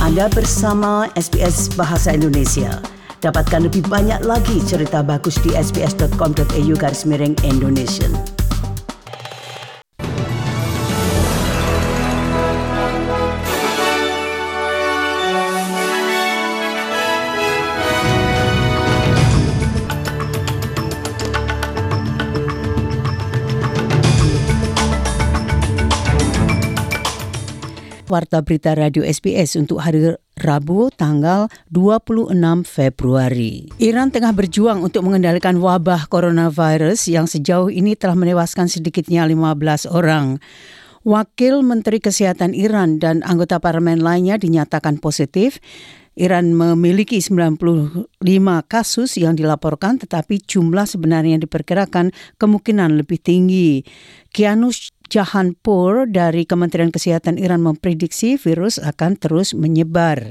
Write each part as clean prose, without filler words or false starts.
Anda bersama SBS Bahasa Indonesia. Dapatkan lebih banyak lagi cerita bagus di sbs.com.au/Indonesian. Warta Berita Radio SBS untuk hari Rabu tanggal 26 Februari. Iran tengah berjuang untuk mengendalikan wabah coronavirus yang sejauh ini telah menewaskan sedikitnya 15 orang. Wakil Menteri Kesehatan Iran dan anggota parlemen lainnya dinyatakan positif. Iran memiliki 95 kasus yang dilaporkan, tetapi jumlah sebenarnya diperkirakan kemungkinan lebih tinggi. Kianush Jahanpour dari Kementerian Kesehatan Iran memprediksi virus akan terus menyebar.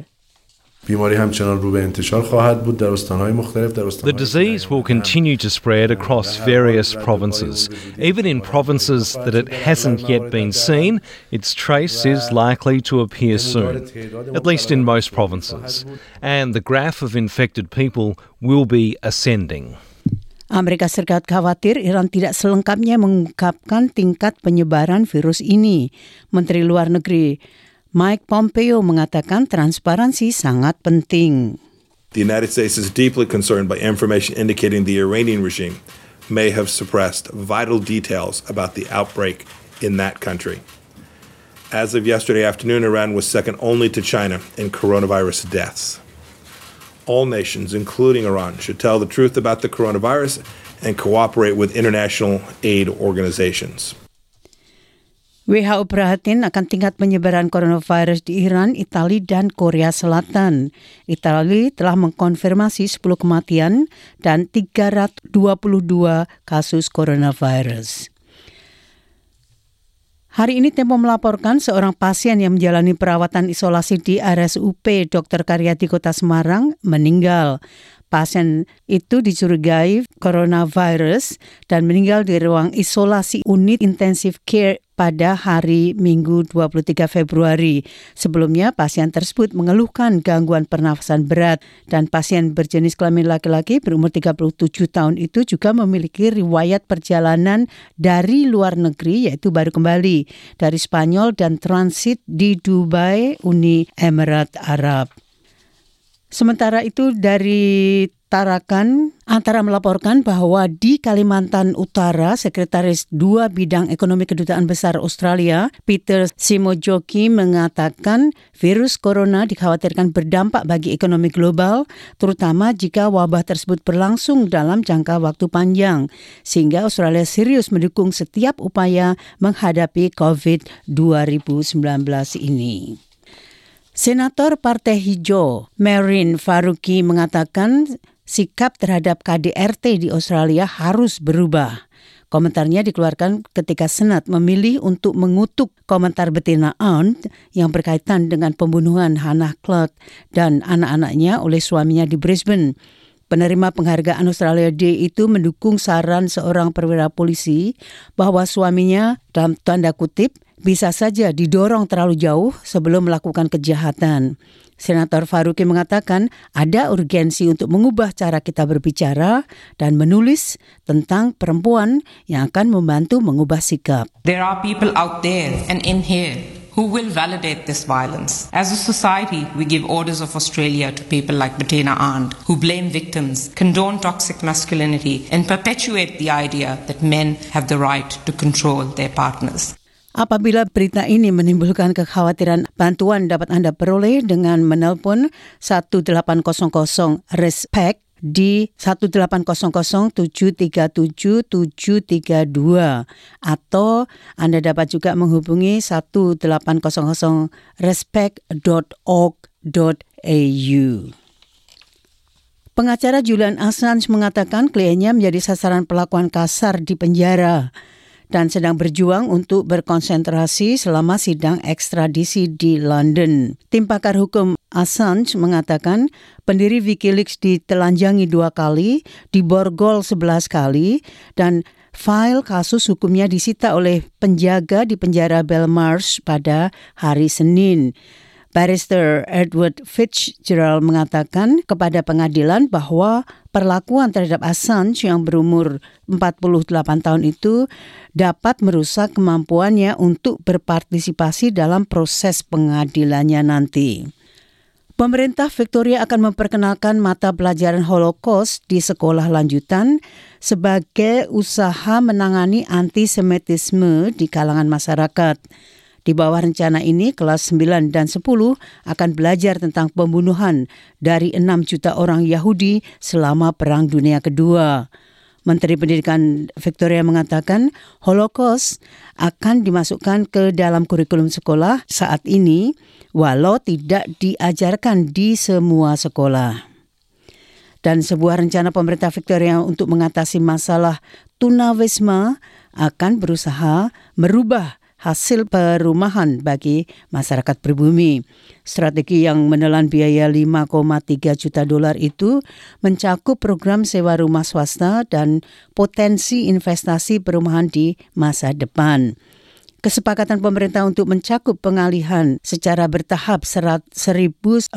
The disease will continue to spread across various provinces. Even in provinces that it hasn't yet been seen, its trace is likely to appear soon, at least in most provinces. And the graph of infected people will be ascending. Amerika Serikat khawatir Iran tidak selengkapnya mengungkapkan tingkat penyebaran virus ini. Menteri Luar Negeri Mike Pompeo mengatakan transparansi sangat penting. The United States is deeply concerned by information indicating the Iranian regime may have suppressed vital details about the outbreak in that country. As of yesterday afternoon, Iran was second only to China in coronavirus deaths. All nations, including Iran, should tell the truth about the coronavirus and cooperate with international aid organizations. WHO prihatin akan tingkat penyebaran coronavirus di Iran, Italia, dan Korea Selatan. Italia telah mengkonfirmasi 10 kematian dan 322 kasus coronavirus. Hari ini Tempo melaporkan seorang pasien yang menjalani perawatan isolasi di RSUP Dr. Karyadi Kota Semarang meninggal. Pasien itu dicurigai coronavirus dan meninggal di ruang isolasi unit intensive care pada hari Minggu 23 Februari. Sebelumnya, pasien tersebut mengeluhkan gangguan pernafasan berat dan pasien berjenis kelamin laki-laki berumur 37 tahun itu juga memiliki riwayat perjalanan dari luar negeri, yaitu baru kembali dari Spanyol dan transit di Dubai, Uni Emirat Arab. Sementara itu dari Tarakan, Antara melaporkan bahwa di Kalimantan Utara, Sekretaris 2 Bidang Ekonomi Kedutaan Besar Australia, Peter Simojoki, mengatakan virus corona dikhawatirkan berdampak bagi ekonomi global, terutama jika wabah tersebut berlangsung dalam jangka waktu panjang, sehingga Australia serius mendukung setiap upaya menghadapi COVID-19 ini. Senator Partai Hijau Merin Faruqi mengatakan sikap terhadap KDRT di Australia harus berubah. Komentarnya dikeluarkan ketika Senat memilih untuk mengutuk komentar Bettina Arndt yang berkaitan dengan pembunuhan Hannah Clark dan anak-anaknya oleh suaminya di Brisbane. Penerima penghargaan Australia Day itu mendukung saran seorang perwira polisi bahwa suaminya, dalam tanda kutip, bisa saja didorong terlalu jauh sebelum melakukan kejahatan. Senator Faruqi mengatakan ada urgensi untuk mengubah cara kita berbicara dan menulis tentang perempuan yang akan membantu mengubah sikap. There are people out there and in here who will validate this violence. As a society, we give orders of Australia to people like Bettina Arndt, who blame victims, condone toxic masculinity, and perpetuate the idea that men have the right to control their partners. Apabila berita ini menimbulkan kekhawatiran, bantuan dapat Anda peroleh dengan menelpon 1800-RESPECT di 1-800-737-732 atau Anda dapat juga menghubungi 1-800-respect.org.au. Pengacara Julian Assange mengatakan kliennya menjadi sasaran perlakuan kasar di penjara dan sedang berjuang untuk berkonsentrasi selama sidang ekstradisi di London. Tim pakar hukum Assange mengatakan pendiri Wikileaks ditelanjangi 2 kali, diborgol 11 kali, dan file kasus hukumnya disita oleh penjaga di penjara Belmarsh pada hari Senin. Barrister Edward Fitzgerald mengatakan kepada pengadilan bahwa perlakuan terhadap Assange yang berumur 48 tahun itu dapat merusak kemampuannya untuk berpartisipasi dalam proses pengadilannya nanti. Pemerintah Victoria akan memperkenalkan mata pelajaran Holocaust di sekolah lanjutan sebagai usaha menangani antisemitisme di kalangan masyarakat. Di bawah rencana ini, kelas 9 dan 10 akan belajar tentang pembunuhan dari 6 juta orang Yahudi selama Perang Dunia Kedua. Menteri Pendidikan Victoria mengatakan Holocaust akan dimasukkan ke dalam kurikulum sekolah saat ini, walau tidak diajarkan di semua sekolah. Dan sebuah rencana pemerintah Victoria untuk mengatasi masalah tunawisma akan berusaha merubah hasil perumahan bagi masyarakat pribumi. Strategi yang menelan biaya $5,3 juta itu mencakup program sewa rumah swasta dan potensi investasi perumahan di masa depan. Kesepakatan pemerintah untuk mencakup pengalihan secara bertahap 1.448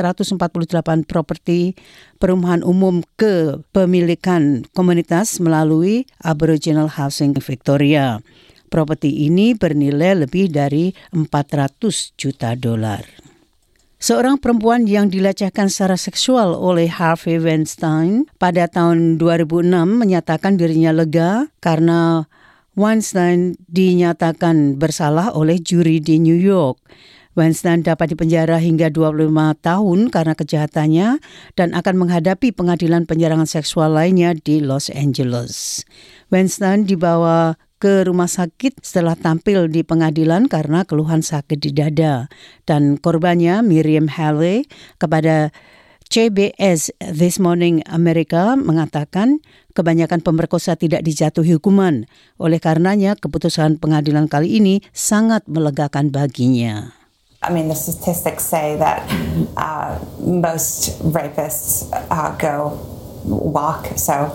properti perumahan umum ke pemilikan komunitas melalui Aboriginal Housing Victoria. Properti ini bernilai lebih dari $400 juta. Seorang perempuan yang dilecehkan secara seksual oleh Harvey Weinstein pada tahun 2006 menyatakan dirinya lega karena Weinstein dinyatakan bersalah oleh juri di New York. Weinstein dapat dipenjara hingga 25 tahun karena kejahatannya dan akan menghadapi pengadilan penyerangan seksual lainnya di Los Angeles. Weinstein dibawa ke rumah sakit setelah tampil di pengadilan karena keluhan sakit di dada. Dan korbannya Miriam Haley kepada CBS This Morning America mengatakan kebanyakan pemerkosa tidak dijatuhi hukuman. Oleh karenanya keputusan pengadilan kali ini sangat melegakan baginya. I mean, the statistics say that most rapists go walk. So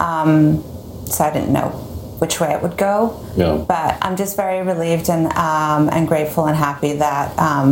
I didn't know which way it would go. Yeah. But I'm just very relieved and grateful and happy that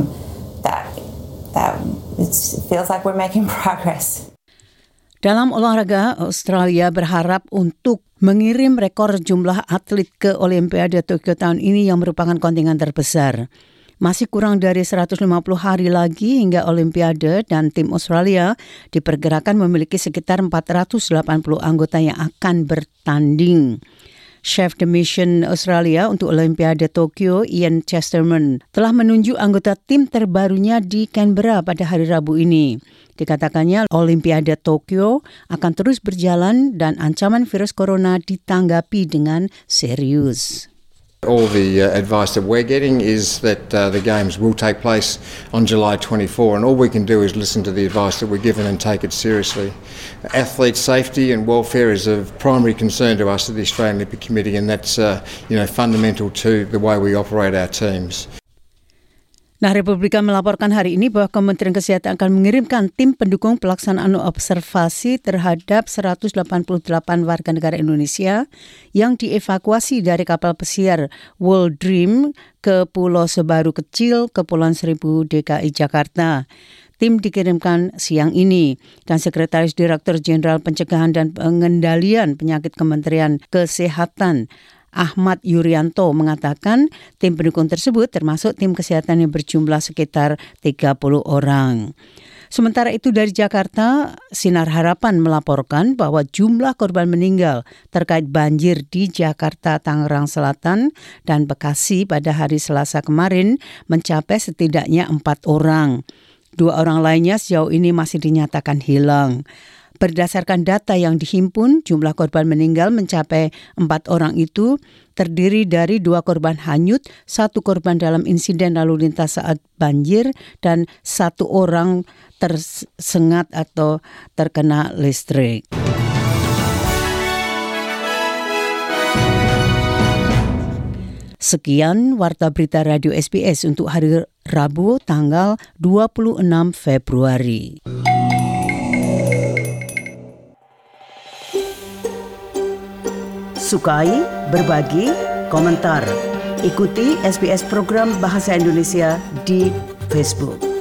it feels like we're making progress. Dalam olahraga, Australia berharap untuk mengirim rekor jumlah atlet ke Olimpiade Tokyo tahun ini yang merupakan kontingen terbesar. Masih kurang dari 150 hari lagi hingga Olimpiade dan tim Australia diperkirakan memiliki sekitar 480 anggota yang akan bertanding. Chef de Mission Australia untuk Olimpiade Tokyo, Ian Chesterman, telah menunjuk anggota tim terbarunya di Canberra pada hari Rabu ini. Dikatakannya Olimpiade Tokyo akan terus berjalan dan ancaman virus corona ditanggapi dengan serius. All the advice that we're getting is that the Games will take place on July 24, and all we can do is listen to the advice that we're given and take it seriously. Athlete safety and welfare is of primary concern to us at the Australian Olympic Committee, and that's fundamental to the way we operate our teams. Nah, Republika melaporkan hari ini bahwa Kementerian Kesehatan akan mengirimkan tim pendukung pelaksanaan observasi terhadap 188 warga negara Indonesia yang dievakuasi dari kapal pesiar World Dream ke Pulau Sebaru Kecil, Kepulauan Seribu, DKI Jakarta. Tim dikirimkan siang ini dan Sekretaris Direktur Jenderal Pencegahan dan Pengendalian Penyakit Kementerian Kesehatan Ahmad Yuryanto mengatakan tim pendukung tersebut termasuk tim kesehatan yang berjumlah sekitar 30 orang. Sementara itu dari Jakarta, Sinar Harapan melaporkan bahwa jumlah korban meninggal terkait banjir di Jakarta, Tangerang Selatan, dan Bekasi pada hari Selasa kemarin mencapai setidaknya 4 orang. 2 orang lainnya sejauh ini masih dinyatakan hilang. Berdasarkan data yang dihimpun, jumlah korban meninggal mencapai 4 orang itu terdiri dari 2 korban hanyut, 1 korban dalam insiden lalu lintas saat banjir, dan 1 orang tersengat atau terkena listrik. Sekian Warta Berita Radio SBS untuk hari Rabu tanggal 26 Februari. Sukai, berbagi, komentar. Ikuti SBS program Bahasa Indonesia di Facebook.